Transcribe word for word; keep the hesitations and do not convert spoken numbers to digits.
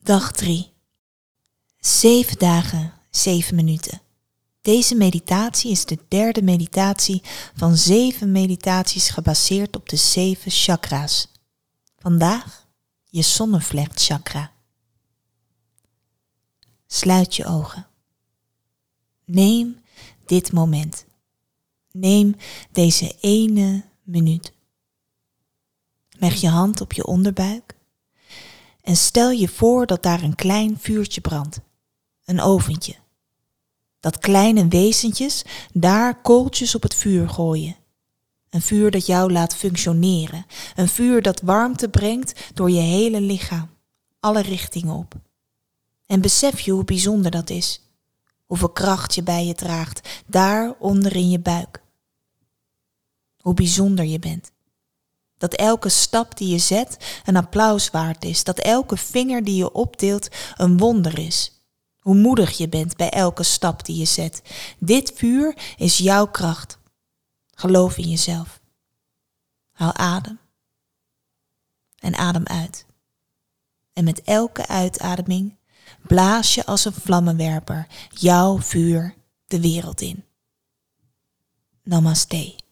Dag drie. Zeven dagen, zeven minuten. Deze meditatie is de derde meditatie van zeven meditaties gebaseerd op de zeven chakra's. Vandaag je zonnevlechtchakra. Sluit je ogen. Neem dit moment. Neem deze ene minuut. Leg je hand op je onderbuik en stel je voor dat daar een klein vuurtje brandt, een oventje. Dat kleine wezentjes daar kooltjes op het vuur gooien. Een vuur dat jou laat functioneren, een vuur dat warmte brengt door je hele lichaam, alle richtingen op. En besef je hoe bijzonder dat is, hoeveel kracht je bij je draagt, daar onder in je buik. Hoe bijzonder je bent. Dat elke stap die je zet een applaus waard is. Dat elke vinger die je optilt een wonder is. Hoe moedig je bent bij elke stap die je zet. Dit vuur is jouw kracht. Geloof in jezelf. Haal adem. En adem uit. En met elke uitademing blaas je als een vlammenwerper jouw vuur de wereld in. Namaste.